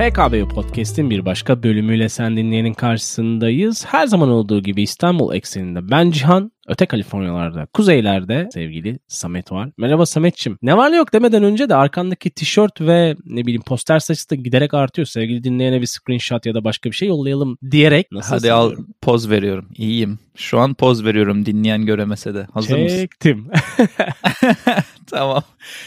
HKBU Podcast'in bir başka bölümüyle sen dinleyenin karşısındayız. Her zaman olduğu gibi İstanbul ekseninde ben Cihan, öte Kaliforniyalarda, kuzeylerde sevgili Samet var. Merhaba Sametçim. Ne var ne yok demeden önce de arkandaki tişört ve poster sayısı da giderek artıyor. Sevgili dinleyene bir screenshot ya da başka bir şey yollayalım diyerek. Hadi al, poz veriyorum. İyiyim. Şu an poz veriyorum dinleyen göremese de. Hazır mısın? Çektim. Tamam.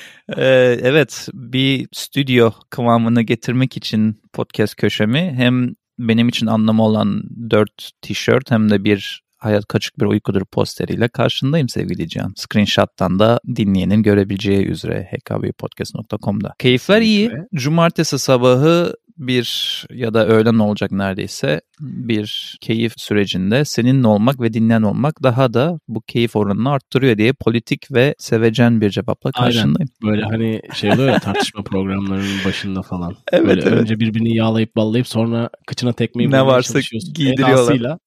Evet, bir stüdyo kıvamını getirmek için podcast köşemi hem benim için anlamı olan 4 tişört hem de bir Hayat Kaçık Bir Uykudur posteriyle karşındayım sevgili Cihan. Screenshot'tan da dinleyenin görebileceği üzere hkbpodcast.com'da. Keyifler iyi. Cumartesi sabahı bir ya da öğlen olacak neredeyse bir keyif sürecinde seninle olmak ve dinleyen olmak daha da bu keyif oranını arttırıyor diye politik ve sevecen bir cevapla karşındayım. Aynen. Böyle hani şey oluyor ya tartışma programlarının başında falan. Evet, böyle evet. Önce birbirini yağlayıp ballayıp sonra kıçına tekmeyi ne varsa giydiriyorlar.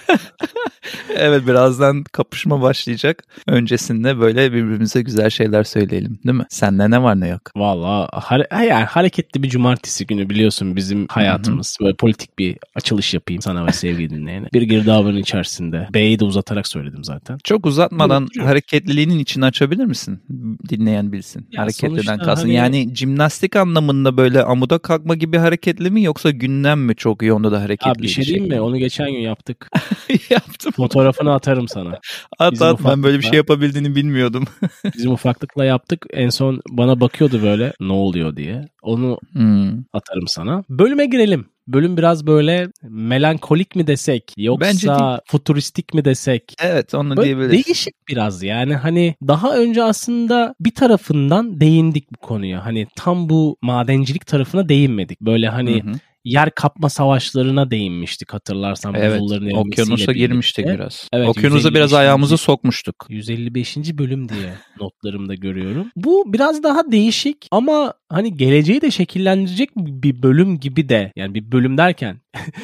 Evet, birazdan kapışma başlayacak. Öncesinde böyle birbirimize güzel şeyler söyleyelim, değil mi? Sende ne var ne yok? Valla yani hareketli bir cumartesi günü biliyorsun bizim hayatımız. Böyle politik bir açılış yapayım sana ve sevgili dinleyene. Bir girdabının içerisinde. B'yi de uzatarak söyledim zaten. Çok uzatmadan hareketliliğinin içini açabilir misin? Dinleyen bilsin. Ya hareketliden kalsın. Yani jimnastik anlamında böyle amuda kalkma gibi hareketli mi yoksa gündem mi çok yoğun da hareketli? Abi bir şey diyeyim mi? Onu geçen gün yaptık. Yaptım. Fotoğrafını atarım sana. At ben böyle bir şey yapabildiğini bilmiyordum. Bizim ufaklıkla yaptık. En son bana bakıyordu böyle ne oluyor diye. Onu atarım sana. Bölüme girelim. Bölüm biraz böyle melankolik mi desek yoksa futuristik mi desek? Evet, onu böyle diyebiliriz. Değişik biraz yani hani daha önce aslında bir tarafından değindik bu konuya. Hani tam bu madencilik tarafına değinmedik. Böyle hani yer kapma savaşlarına değinmiştik hatırlarsan. Evet, okyanusa girmiştik biraz. Evet, okyanusa biraz ayağımızı sokmuştuk. 155. bölüm diye notlarımda görüyorum. Bu biraz daha değişik ama hani geleceği de şekillendirecek bir bölüm gibi de, yani bir bölüm derken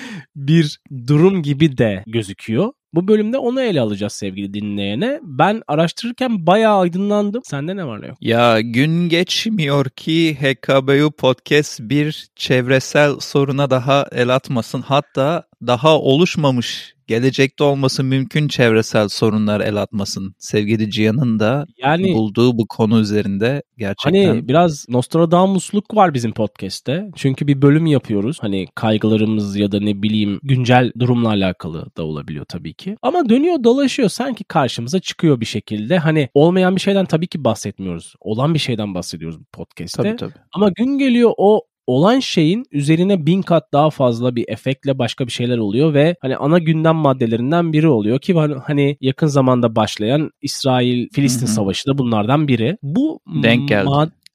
bir durum gibi de gözüküyor. Bu bölümde onu ele alacağız sevgili dinleyene. Ben araştırırken bayağı aydınlandım. Sende ne var ne yok? Ya gün geçmiyor ki HKBU Podcast bir çevresel soruna daha el atmasın. Hatta daha oluşmamış, gelecekte olması mümkün çevresel sorunlar el atmasın. Sevgili Cihan'ın da bulduğu bu konu üzerinde gerçekten. Hani biraz Nostradamusluk var bizim podcast'te. Çünkü bir bölüm yapıyoruz. Hani kaygılarımız ya da güncel durumla alakalı da olabiliyor tabii ki. Ama dönüyor dolaşıyor sanki karşımıza çıkıyor bir şekilde. Hani olmayan bir şeyden tabii ki bahsetmiyoruz. Olan bir şeyden bahsediyoruz bu podcast'te. Tabii. Ama gün geliyor o olan şeyin üzerine 1000 kat daha fazla bir efektle başka bir şeyler oluyor ve hani ana gündem maddelerinden biri oluyor ki hani yakın zamanda başlayan İsrail-Filistin savaşı da bunlardan biri. Bu denk geldi.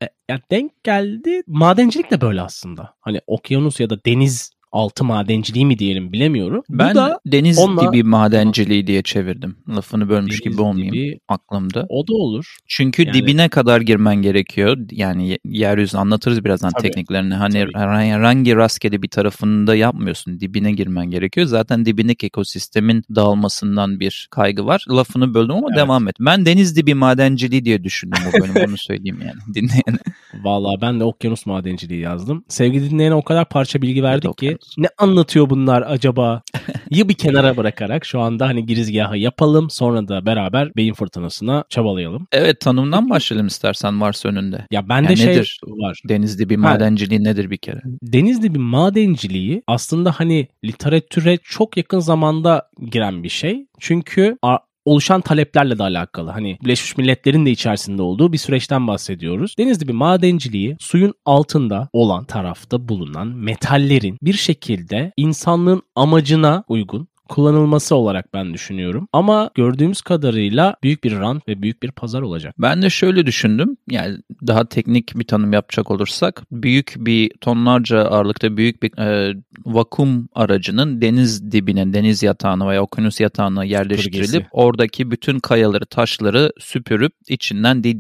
Denk geldi. Madencilik de böyle aslında. Hani okyanus ya da deniz altı madenciliği mi diyelim bilemiyorum. Ben deniz dibi madenciliği diye çevirdim. Lafını bölmüş gibi olmayayım aklımda. O da olur. Çünkü dibine kadar girmen gerekiyor. Yani yeryüzünü anlatırız birazdan tekniklerini. Hani herhangi rastgele bir tarafında yapmıyorsun. Dibine girmen gerekiyor. Zaten dibindeki ekosistemin dağılmasından bir kaygı var. Lafını böldüm ama devam et. Ben deniz dibi madenciliği diye düşündüm bu bölüm. Onu söyleyeyim yani dinleyene. Vallahi ben de okyanus madenciliği yazdım. Sevgili dinleyene o kadar parça bilgi verdik ki ne anlatıyor bunlar acaba? Bir kenara bırakarak şu anda hani girizgahı yapalım. Sonra da beraber beyin fırtınasına çabalayalım. Evet, tanımdan başlayalım istersen varsa önünde. Ya bende nedir var. Deniz dibi madenciliği nedir bir kere? Deniz dibi madenciliği aslında hani literatüre çok yakın zamanda giren bir şey. Çünkü oluşan taleplerle de alakalı. Hani Birleşmiş Milletler'in de içerisinde olduğu bir süreçten bahsediyoruz. Deniz dibi madenciliği suyun altında olan tarafta bulunan metallerin bir şekilde insanlığın amacına uygun kullanılması olarak ben düşünüyorum. Ama gördüğümüz kadarıyla büyük bir rant ve büyük bir pazar olacak. Ben de şöyle düşündüm. Yani daha teknik bir tanım yapacak olursak büyük bir tonlarca ağırlıkta büyük bir vakum aracının deniz dibine, deniz yatağına veya okyanus yatağına yerleştirilip oradaki bütün kayaları, taşları süpürüp içinden dediğin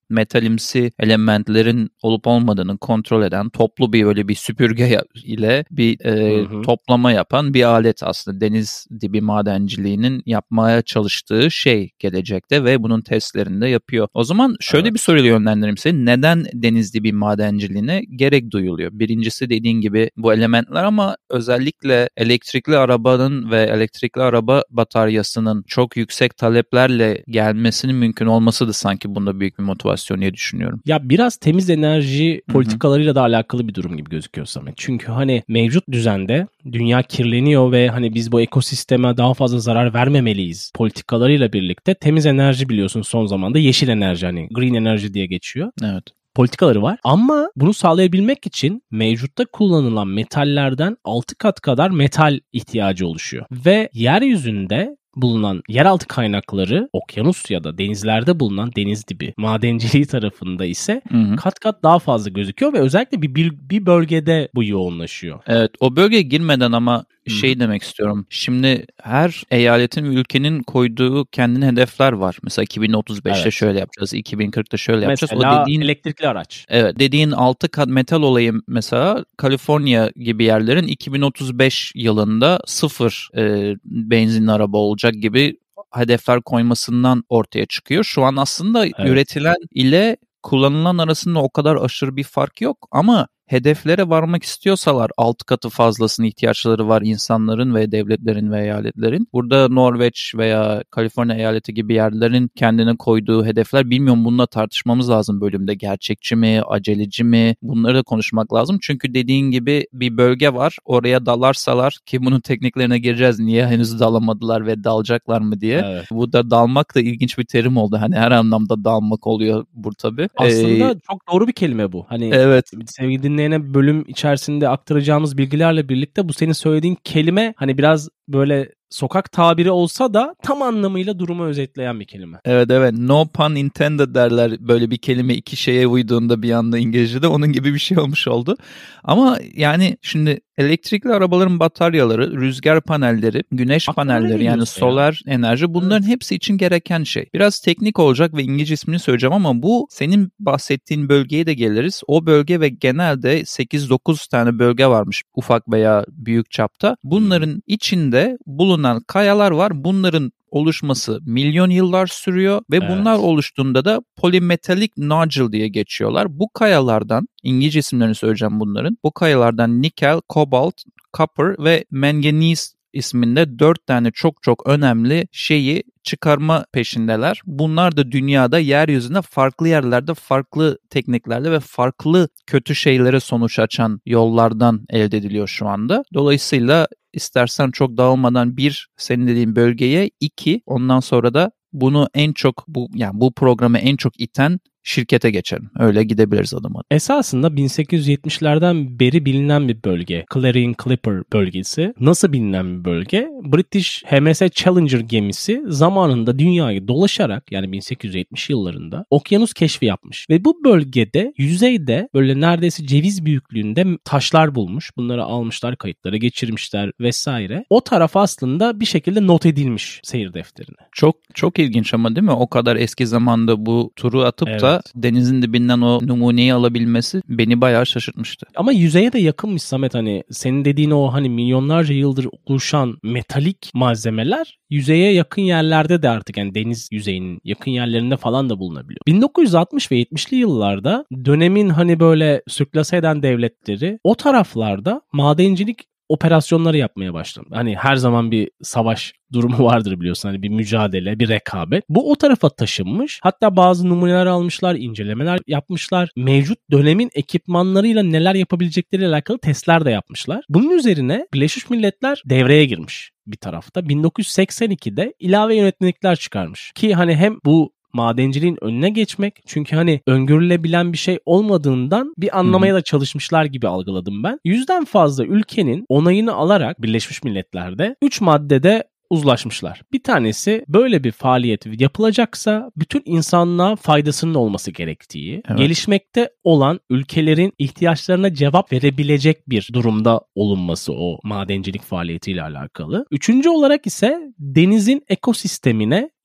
metalimsi elementlerin olup olmadığını kontrol eden toplu bir böyle bir süpürge ile bir toplama yapan bir alet aslında deniz dibi madenciliğinin yapmaya çalıştığı şey gelecekte ve bunun testlerini de yapıyor. O zaman şöyle bir soruyla yönlendireyim seni. Neden deniz dibi madenciliğine gerek duyuluyor? Birincisi dediğin gibi bu elementler ama özellikle elektrikli arabanın ve elektrikli araba bataryasının çok yüksek taleplerle gelmesinin mümkün olması da sanki bunda büyük bir motivasyon diye düşünüyorum. Ya biraz temiz enerji politikalarıyla da alakalı bir durum gibi gözüküyor Samet. Çünkü hani mevcut düzende dünya kirleniyor ve hani biz bu ekosisteme daha fazla zarar vermemeliyiz politikalarıyla birlikte temiz enerji biliyorsun son zamanda yeşil enerji hani green enerji diye geçiyor. Evet. Politikaları var ama bunu sağlayabilmek için mevcutta kullanılan metallerden 6 kat kadar metal ihtiyacı oluşuyor. Ve yeryüzünde bulunan yeraltı kaynakları okyanus ya da denizlerde bulunan deniz dibi madenciliği tarafında ise kat kat daha fazla gözüküyor ve özellikle bir bölgede bu yoğunlaşıyor. Evet, o bölgeye girmeden ama şey demek istiyorum. Şimdi her eyaletin ve ülkenin koyduğu kendine hedefler var. Mesela 2035'te şöyle yapacağız, 2040'ta şöyle yapacağız. Mesela o dediğin elektrikli araç. Evet, dediğin 6 kat metal olayı mesela Kaliforniya gibi yerlerin 2035 yılında sıfır benzinli araba olacak gibi hedefler koymasından ortaya çıkıyor. Şu an aslında üretilen ile kullanılan arasında o kadar aşırı bir fark yok ama hedeflere varmak istiyorsalar 6 katı fazlasına ihtiyaçları var insanların ve devletlerin ve eyaletlerin. Burada Norveç veya Kaliforniya eyaleti gibi yerlerin kendine koyduğu hedefler bilmiyorum bununla tartışmamız lazım bölümde. Gerçekçi mi, aceleci mi? Bunları da konuşmak lazım. Çünkü dediğin gibi bir bölge var. Oraya dalarsalar ki bunun tekniklerine gireceğiz. Niye henüz dalamadılar ve dalacaklar mı diye. Evet. Bu da dalmak da ilginç bir terim oldu. Hani her anlamda dalmak oluyor bu tabii. Aslında çok doğru bir kelime bu. Hani sevgili dinleyene bölüm içerisinde aktaracağımız bilgilerle birlikte bu senin söylediğin kelime hani biraz böyle sokak tabiri olsa da tam anlamıyla durumu özetleyen bir kelime. Evet. No pun intended derler böyle bir kelime iki şeye uyduğunda bir anda İngilizce'de onun gibi bir şey olmuş oldu. Ama yani şimdi elektrikli arabaların bataryaları, rüzgar panelleri, güneş panelleri yani solar enerji bunların hepsi için gereken şey. Biraz teknik olacak ve İngilizce ismini söyleyeceğim ama bu senin bahsettiğin bölgeye de geliriz. O bölge ve genelde 8-9 tane bölge varmış ufak veya büyük çapta. Bunların içinde bulunan kayalar var. Bunların oluşması milyon yıllar sürüyor ve bunlar oluştuğunda da polymetallic nodule diye geçiyorlar. Bu kayalardan, İngilizce isimlerini söyleyeceğim bunların. Bu kayalardan nikel, kobalt, copper ve manganese isminde 4 tane çok önemli şeyi çıkarma peşindeler. Bunlar da dünyada yeryüzünde farklı yerlerde farklı tekniklerle ve farklı kötü şeylere sonuç açan yollardan elde ediliyor şu anda. Dolayısıyla istersen çok dağılmadan senin dediğin bölgeye 2 ondan sonra da bunu en çok bu programı en çok iten şirkete geçelim. Öyle gidebiliriz adım adım. Esasında 1870'lerden beri bilinen bir bölge. Clarion Clipper bölgesi. Nasıl bilinen bir bölge? British HMS Challenger gemisi zamanında dünyayı dolaşarak yani 1870 yıllarında okyanus keşfi yapmış. Ve bu bölgede yüzeyde böyle neredeyse ceviz büyüklüğünde taşlar bulmuş. Bunları almışlar, kayıtlara geçirmişler vesaire. O taraf aslında bir şekilde not edilmiş seyir defterine. Çok ilginç ama değil mi? O kadar eski zamanda bu turu atıp da denizin dibinden o numuneyi alabilmesi beni bayağı şaşırtmıştı. Ama yüzeye de yakınmış Samet hani senin dediğin o hani milyonlarca yıldır oluşan metalik malzemeler yüzeye yakın yerlerde de artık yani deniz yüzeyinin yakın yerlerinde falan da bulunabiliyor. 1960 ve 70'li yıllarda dönemin hani böyle sürklase eden devletleri o taraflarda madencilik operasyonları yapmaya başladı. Hani her zaman bir savaş durumu vardır biliyorsun. Hani bir mücadele, bir rekabet. Bu o tarafa taşınmış. Hatta bazı numuneler almışlar, incelemeler yapmışlar. Mevcut dönemin ekipmanlarıyla neler yapabilecekleriyle alakalı testler de yapmışlar. Bunun üzerine Birleşmiş Milletler devreye girmiş bir tarafta. 1982'de ilave yönetmelikler çıkarmış. Ki hani hem bu madenciliğin önüne geçmek. Çünkü hani öngörülebilen bir şey olmadığından bir anlamaya da çalışmışlar gibi algıladım ben. 100'den fazla ülkenin onayını alarak Birleşmiş Milletler'de 3 maddede uzlaşmışlar. Bir tanesi böyle bir faaliyet yapılacaksa bütün insanlığa faydasının olması gerektiği, gelişmekte olan ülkelerin ihtiyaçlarına cevap verebilecek bir durumda olunması o madencilik faaliyetiyle alakalı. Üçüncü olarak ise denizin ekosistemine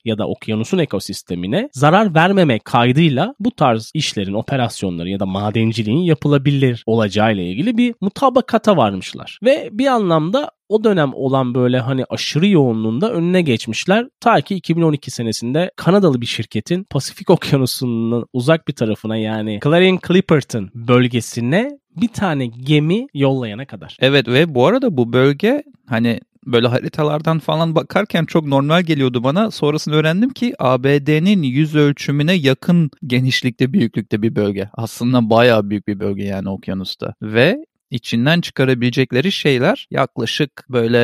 ya da okyanusun ekosistemine zarar vermemek kaydıyla bu tarz işlerin, operasyonların ya da madenciliğin yapılabilir olacağıyla ilgili bir mutabakata varmışlar. Ve bir anlamda o dönem olan böyle hani aşırı yoğunluğunda önüne geçmişler. Ta ki 2012 senesinde Kanadalı bir şirketin Pasifik Okyanusu'nun uzak bir tarafına, yani Clarion-Clipperton bölgesine bir tane gemi yollayana kadar. Evet ve bu arada bu bölge hani böyle haritalardan falan bakarken çok normal geliyordu bana. Sonrasında öğrendim ki ABD'nin yüz ölçümüne yakın genişlikte, büyüklükte bir bölge. Aslında bayağı büyük bir bölge yani okyanusta. Ve içinden çıkarabilecekleri şeyler yaklaşık böyle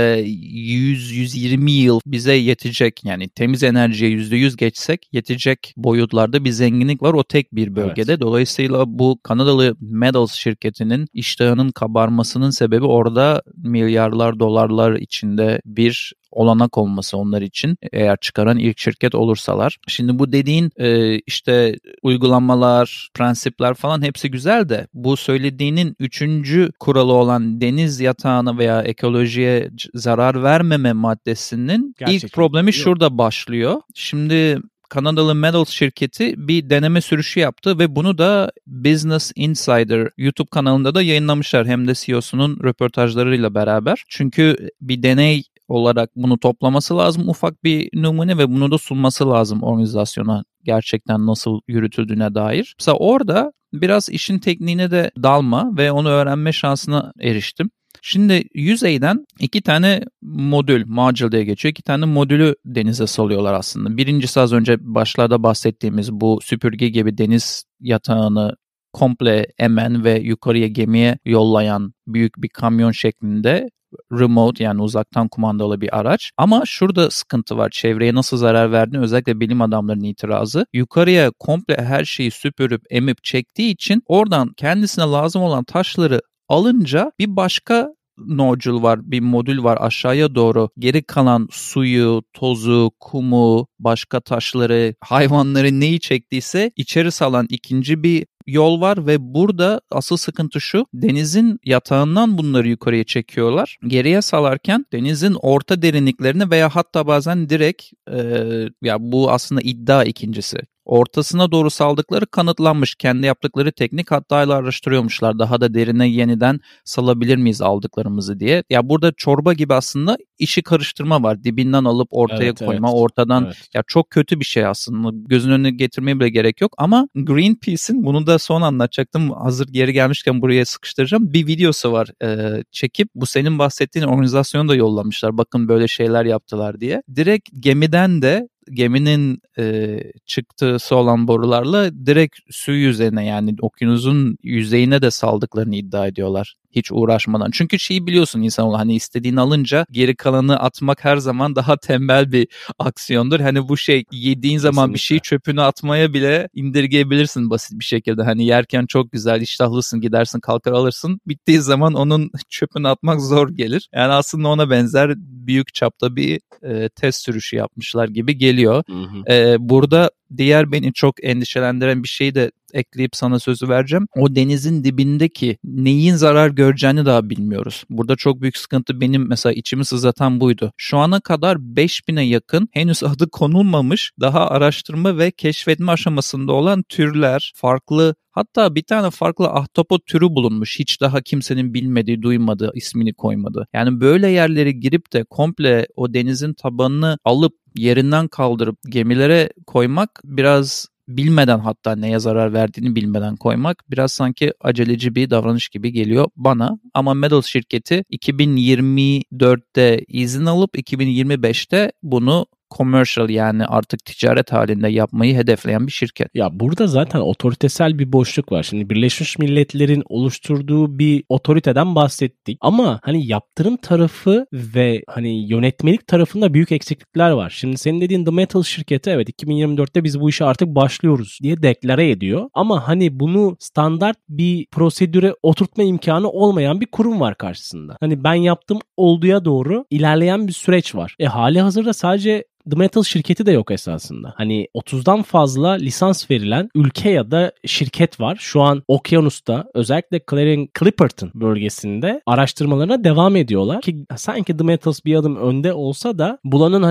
100-120 yıl bize yetecek, yani temiz enerjiye %100 geçsek yetecek boyutlarda bir zenginlik var o tek bir bölgede. Evet. Dolayısıyla bu Kanadalı Metals şirketinin iştahının kabarmasının sebebi orada milyarlar dolarlar içinde bir olanak olması onlar için, eğer çıkaran ilk şirket olursalar. Şimdi bu dediğin işte uygulamalar, prensipler falan hepsi güzel de bu söylediğinin 3. kuralı olan deniz yatağına veya ekolojiye zarar vermeme maddesinin gerçekten ilk problemi şurada başlıyor. Şimdi Kanadalı Metals şirketi bir deneme sürüşü yaptı ve bunu da Business Insider YouTube kanalında da yayınlamışlar, hem de CEO'sunun röportajlarıyla beraber. Çünkü bir deney olarak bunu toplaması lazım, ufak bir numune, ve bunu da sunması lazım organizasyona, gerçekten nasıl yürütüldüğüne dair. Mesela orada biraz işin tekniğine de dalma ve onu öğrenme şansına eriştim. Şimdi yüzeyden 2 tane module diye geçiyor. 2 tane modülü denize salıyorlar aslında. Birincisi az önce başlarda bahsettiğimiz bu süpürge gibi deniz yatağını komple emen ve yukarıya gemiye yollayan büyük bir kamyon şeklinde remote, yani uzaktan kumandalı bir araç. Ama şurada sıkıntı var. Çevreye nasıl zarar verdiğini, özellikle bilim adamlarının itirazı. Yukarıya komple her şeyi süpürüp emip çektiği için oradan kendisine lazım olan taşları alınca bir başka nodule var, bir modül var aşağıya doğru. Geri kalan suyu, tozu, kumu, başka taşları, hayvanları neyi çektiyse içeri salan ikinci bir yol var ve burada asıl sıkıntı şu: denizin yatağından bunları yukarıya çekiyorlar. Geriye salarken denizin orta derinliklerine veya hatta bazen direkt ya bu aslında iddia ikincisi, ortasına doğru saldıkları kanıtlanmış. Kendi yaptıkları teknik, hatta hala araştırıyormuşlar. Daha da derine yeniden salabilir miyiz aldıklarımızı diye. Ya burada çorba gibi aslında işi karıştırma var. Dibinden alıp ortaya koyma, ortadan. Evet. Ya çok kötü bir şey aslında. Gözün önüne getirmeye bile gerek yok. Ama Greenpeace'in, bunu da son anlatacaktım, hazır geri gelmişken buraya sıkıştıracağım, bir videosu var. Çekip bu senin bahsettiğin organizasyonu da yollamışlar. Bakın böyle şeyler yaptılar diye. Direkt geminin çıktısı olan borularla direkt su yüzeyine, yani okyanusun yüzeyine de saldıklarını iddia ediyorlar. Hiç uğraşmadan. Çünkü şeyi biliyorsun insanoğlu, hani istediğini alınca geri kalanı atmak her zaman daha tembel bir aksiyondur. Hani bu şey, yediğin zaman kesinlikle bir şeyi çöpünü atmaya bile indirgeyebilirsin basit bir şekilde. Hani yerken çok güzel, iştahlısın, gidersin kalkar alırsın. Bittiği zaman onun çöpünü atmak zor gelir. Yani aslında ona benzer büyük çapta bir test sürüşü yapmışlar gibi geliyor. Burada diğer beni çok endişelendiren bir şeyi de ekleyip sana sözü vereceğim. O denizin dibindeki neyin zarar göreceğini daha bilmiyoruz. Burada çok büyük sıkıntı, benim mesela içimi sızlatan buydu. Şu ana kadar 5000'e yakın henüz adı konulmamış, daha araştırma ve keşfetme aşamasında olan türler, farklı, hatta bir tane farklı ahtapot türü bulunmuş. Hiç daha kimsenin bilmediği, duymadığı, ismini koymadı. Yani böyle yerlere girip de komple o denizin tabanını alıp yerinden kaldırıp gemilere koymak biraz bilmeden, hatta neye zarar verdiğini bilmeden koymak biraz sanki aceleci bir davranış gibi geliyor bana. Ama Metals şirketi 2024'te izin alıp 2025'te bunu commercial, yani artık ticaret halinde yapmayı hedefleyen bir şirket. Ya burada zaten otoritesel bir boşluk var. Şimdi Birleşmiş Milletler'in oluşturduğu bir otoriteden bahsettik. Ama hani yaptırım tarafı ve hani yönetmelik tarafında büyük eksiklikler var. Şimdi senin dediğin The Metal şirketi, evet 2024'te biz bu işe artık başlıyoruz diye deklare ediyor. Ama hani bunu standart bir prosedüre oturtma imkanı olmayan bir kurum var karşısında. Hani ben yaptım olduya doğru ilerleyen bir süreç var. Hali hazırda sadece The Metal şirketi de yok esasında. Hani 30'dan fazla lisans verilen ülke ya da şirket var. Şu an okyanusta, özellikle Clarion-Clipperton bölgesinde araştırmalarına devam ediyorlar. Ki sanki The Metals bir adım önde olsa da bulanın hani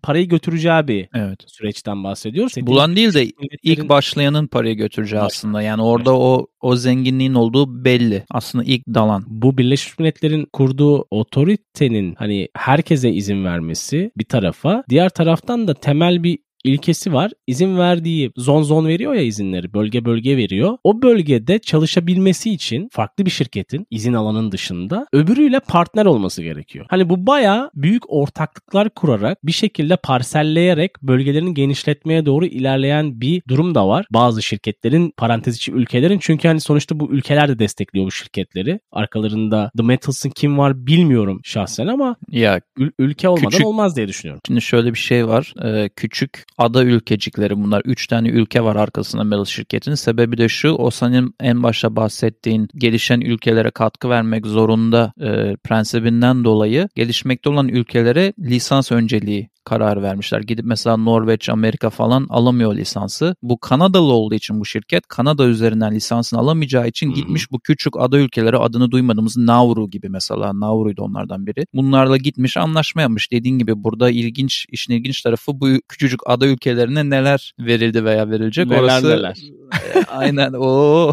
parayı götüreceği bir evet. süreçten bahsediyoruz. Bulan değil de ilk başlayanın parayı götüreceği aslında. Yani orada o zenginliğin olduğu belli. Aslında ilk dalan. Bu Birleşmiş Milletler'in kurduğu otoritenin hani herkese izin vermesi bir tarafa, diğer taraftan da temel bir ilkesi var. İzin verdiği zon veriyor ya izinleri. Bölge veriyor. O bölgede çalışabilmesi için farklı bir şirketin izin alanın dışında öbürüyle partner olması gerekiyor. Hani bu bayağı büyük ortaklıklar kurarak bir şekilde parselleyerek bölgelerini genişletmeye doğru ilerleyen bir durum da var. Bazı şirketlerin, parantez içi ülkelerin, çünkü hani sonuçta bu ülkeler de destekliyor bu şirketleri. Arkalarında The Metals'ın kim var bilmiyorum şahsen ama ya ülke olmadan olmaz diye düşünüyorum. Şimdi şöyle bir şey var. Küçük ada ülkecikleri bunlar. 3 tane ülke var arkasında Metal şirketinin. Sebebi de şu, o senin en başta bahsettiğin gelişen ülkelere katkı vermek zorunda prensibinden dolayı gelişmekte olan ülkelere lisans önceliği karar vermişler. Gidip mesela Norveç, Amerika falan alamıyor lisansı. Bu Kanadalı olduğu için bu şirket Kanada üzerinden lisansını alamayacağı için gitmiş bu küçük ada ülkelere, adını duymadığımız Nauru gibi, mesela Nauru'ydu onlardan biri. Bunlarla gitmiş anlaşma yapmış. Dediğin gibi burada işin ilginç tarafı bu küçücük ada ülkelerine neler verildi veya verilecek. Neler. Aynen o.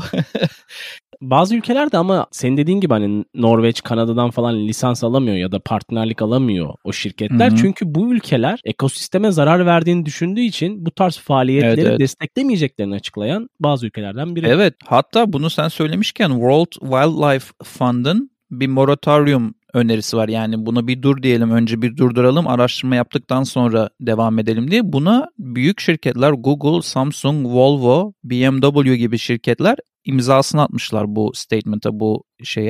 Bazı ülkeler de ama senin dediğin gibi hani Norveç, Kanada'dan falan lisans alamıyor ya da partnerlik alamıyor o şirketler. Hı-hı. Çünkü bu ülkeler ekosisteme zarar verdiğini düşündüğü için bu tarz faaliyetleri desteklemeyeceklerini açıklayan bazı ülkelerden biri. Evet, hatta bunu sen söylemişken World Wildlife Fund'ın bir moratorium önerisi var. Yani buna bir dur diyelim, önce bir durduralım, araştırma yaptıktan sonra devam edelim diye. Buna büyük şirketler Google, Samsung, Volvo, BMW gibi şirketler imzasını atmışlar bu statement'a, bu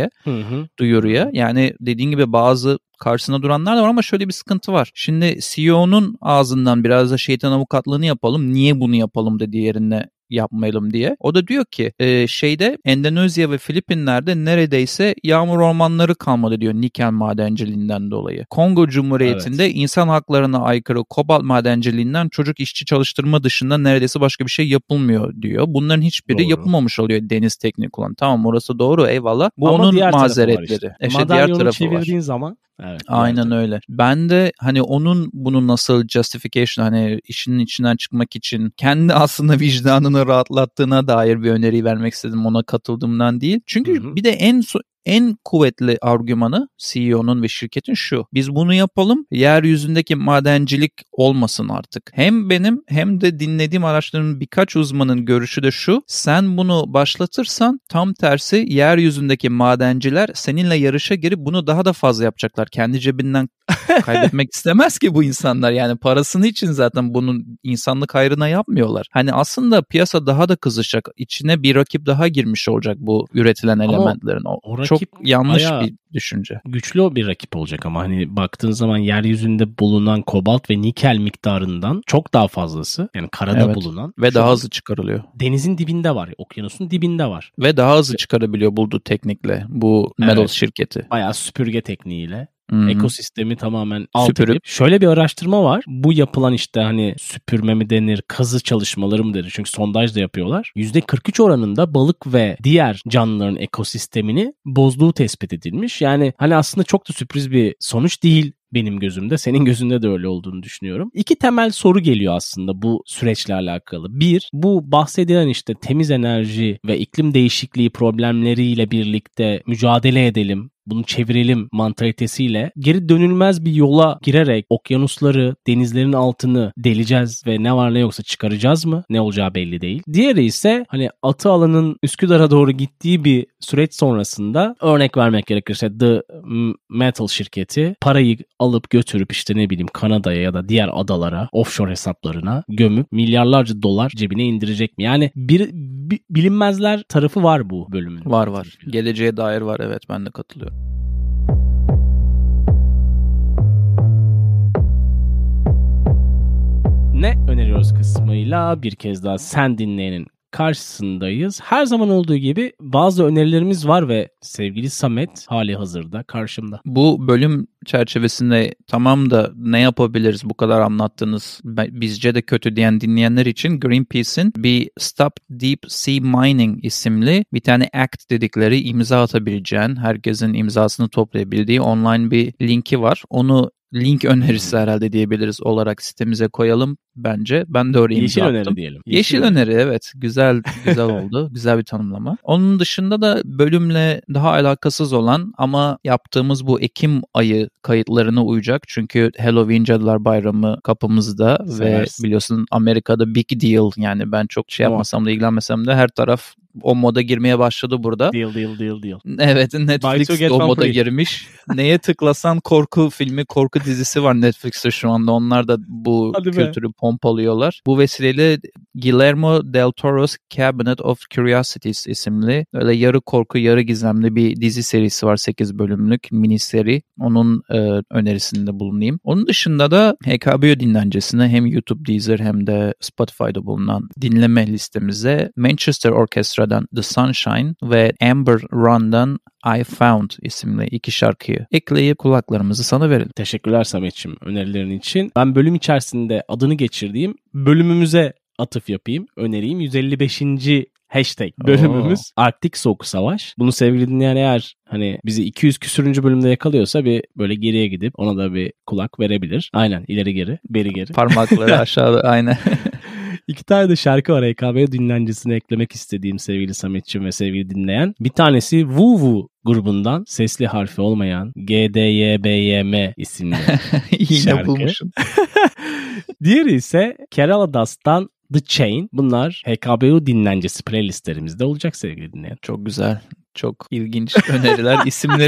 duyuruya. Yani dediğin gibi bazı karşısında duranlar da var ama şöyle bir sıkıntı var. Şimdi CEO'nun ağzından biraz da şeytan avukatlığını yapalım. Niye bunu yapalım da diğerine yapmayalım diye. O da diyor ki Endonezya ve Filipinler'de neredeyse yağmur ormanları kalmadı diyor nikel madenciliğinden dolayı. Kongo Cumhuriyeti'nde insan haklarına aykırı kobalt madenciliğinden çocuk işçi çalıştırma dışında neredeyse başka bir şey yapılmıyor diyor. Bunların hiçbiri yapılmamış oluyor deniz tekniği kullan. Tamam, orası doğru, eyvallah. Bu ama onun mazeretleri. İşte diğer tarafı çevirdiğin zaman aynen öyle. Ben de hani onun bunu nasıl justification, hani işinin içinden çıkmak için kendi aslında vicdanını rahatlattığına dair bir öneri vermek istedim, ona katıldığımdan değil. Çünkü bir de en kuvvetli argümanı CEO'nun ve şirketin şu: biz bunu yapalım, yeryüzündeki madencilik olmasın artık. Hem benim hem de dinlediğim araçların birkaç uzmanın görüşü de şu: sen bunu başlatırsan tam tersi yeryüzündeki madenciler seninle yarışa girip bunu daha da fazla yapacaklar. Kendi cebinden kaybetmek istemez ki bu insanlar. Yani parasını için zaten bunun insanlık hayrına yapmıyorlar. Hani aslında piyasa daha da kızışacak. İçine bir rakip daha girmiş olacak bu üretilen elementlerin. O çok yanlış bir düşünce. Güçlü bir rakip olacak ama hani baktığın zaman yeryüzünde bulunan kobalt ve nikel miktarından çok daha fazlası. Yani karada bulunan. Ve daha hızlı çıkarılıyor. Denizin dibinde var. Okyanusun dibinde var. Ve daha hızlı çıkarabiliyor bulduğu teknikle bu Metals şirketi. Bayağı süpürge tekniğiyle. Ekosistemi tamamen alt edip. Şöyle bir araştırma var. Bu yapılan işte hani süpürme mi denir, kazı çalışmaları mı denir? Çünkü sondaj da yapıyorlar. %43 oranında balık ve diğer canlıların ekosistemini bozduğu tespit edilmiş. Yani hani aslında çok da sürpriz bir sonuç değil benim gözümde. Senin gözünde de öyle olduğunu düşünüyorum. 2 temel soru geliyor aslında bu süreçle alakalı. 1, bu bahsedilen işte temiz enerji ve iklim değişikliği problemleriyle birlikte mücadele edelim, bunu çevirelim mantalitesiyle geri dönülmez bir yola girerek okyanusları, denizlerin altını deleceğiz ve ne var ne yoksa çıkaracağız mı? Ne olacağı belli değil. Diğeri ise hani Atalı'nın Üsküdar'a doğru gittiği bir süreç sonrasında, örnek vermek gerekirse The Metal şirketi parayı alıp götürüp işte ne bileyim Kanada'ya ya da diğer adalara, offshore hesaplarına gömüp milyarlarca dolar cebine indirecek mi? Yani bilinmezler tarafı var bu bölümün. Var. Geleceğe dair var, evet, ben de katılıyorum. Ne öneriyoruz kısmıyla bir kez daha sen dinleyenin karşısındayız. Her zaman olduğu gibi bazı önerilerimiz var ve sevgili Samet hali hazırda karşımda. Bu bölüm çerçevesinde tamam da ne yapabiliriz bu kadar anlattığınız bizce de kötü diyen dinleyenler için Greenpeace'in bir Stop Deep Sea Mining isimli bir tane act dedikleri, imza atabileceğin, herkesin imzasını toplayabildiği online bir linki var. Onu link önerisi herhalde diyebiliriz olarak sitemize koyalım bence. Ben de oraya Yeşil imza attım. öneri diyelim. Yeşil öneri, evet. Güzel oldu. Güzel bir tanımlama. Onun dışında da bölümle daha alakasız olan ama yaptığımız bu Ekim ayı kayıtlarına uyacak. Çünkü Halloween, Cadılar Bayramı kapımızda Seversin. ve biliyorsun Amerika'da big deal, yani ben çok yapmasam da ilgilenmesem de her taraf o moda girmeye başladı burada. Deal. Evet, Netflix o moda girmiş. Neye tıklasan korku filmi, korku dizisi var Netflix'te şu anda. Onlar da bu kültürü pompalıyorlar. Bu vesileyle Guillermo del Toro's Cabinet of Curiosities isimli öyle yarı korku yarı gizemli bir dizi serisi var. 8 bölümlük mini seri. Onun önerisinde bulunayım. Onun dışında da HKBO dinlencesine hem YouTube, Deezer hem de Spotify'da bulunan dinleme listemize Manchester Orchestra'dan The Sunshine ve Amber Run'dan I Found isimli 2 şarkıyı ekleyip kulaklarımızı sana verelim. Teşekkürler Samet'ciğim önerilerin için. Ben bölüm içerisinde adını geçirdiğim bölümümüze atıf yapayım, önereyim. 155. hashtag bölümümüz Arktik Soğuk Savaş. Bunu sevgili dinleyen eğer hani bizi 200 küsürüncü bölümde yakalıyorsa bir böyle geriye gidip ona da bir kulak verebilir. Aynen, ileri geri, beri geri. Parmakları aşağıda, aynen. 2 tane de şarkı var HKB dinlencesine eklemek istediğim sevgili Samet'ciğim ve sevgili dinleyen. Bir tanesi Woo Woo grubundan sesli harfi olmayan GDYBYM isimli şarkı. Bulmuşum. Diğeri ise Kerala Dust'tan The Chain. Bunlar HKBO dinlencesi playlistlerimizde olacak sevgili dinleyen. Çok güzel. Çok ilginç öneriler.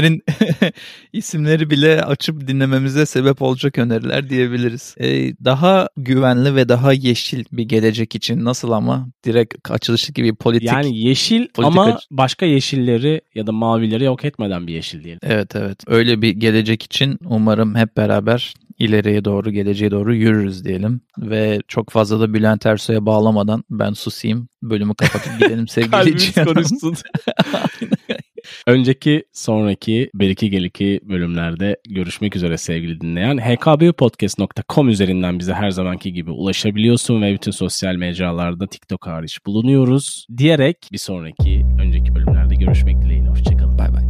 İsimleri bile açıp dinlememize sebep olacak öneriler diyebiliriz. Daha güvenli ve daha yeşil bir gelecek için nasıl ama direkt açılışı gibi politik. Yani yeşil ama başka yeşilleri ya da mavileri yok etmeden bir yeşil diyelim. Evet. Öyle bir gelecek için umarım hep beraber ileriye doğru, geleceğe doğru yürürüz diyelim. Ve çok fazla da Bülent Ersoy'a bağlamadan ben susayım. Bölümü kapatıp gidelim sevgili Kalbimiz konuşsun. Önceki, sonraki, beriki geliki bölümlerde görüşmek üzere sevgili dinleyen. hkbpodcast.com üzerinden bize her zamanki gibi ulaşabiliyorsun ve bütün sosyal mecralarda TikTok hariç bulunuyoruz diyerek bir sonraki, önceki bölümlerde görüşmek dileğiyle. Hoşçakalın. Bay bay.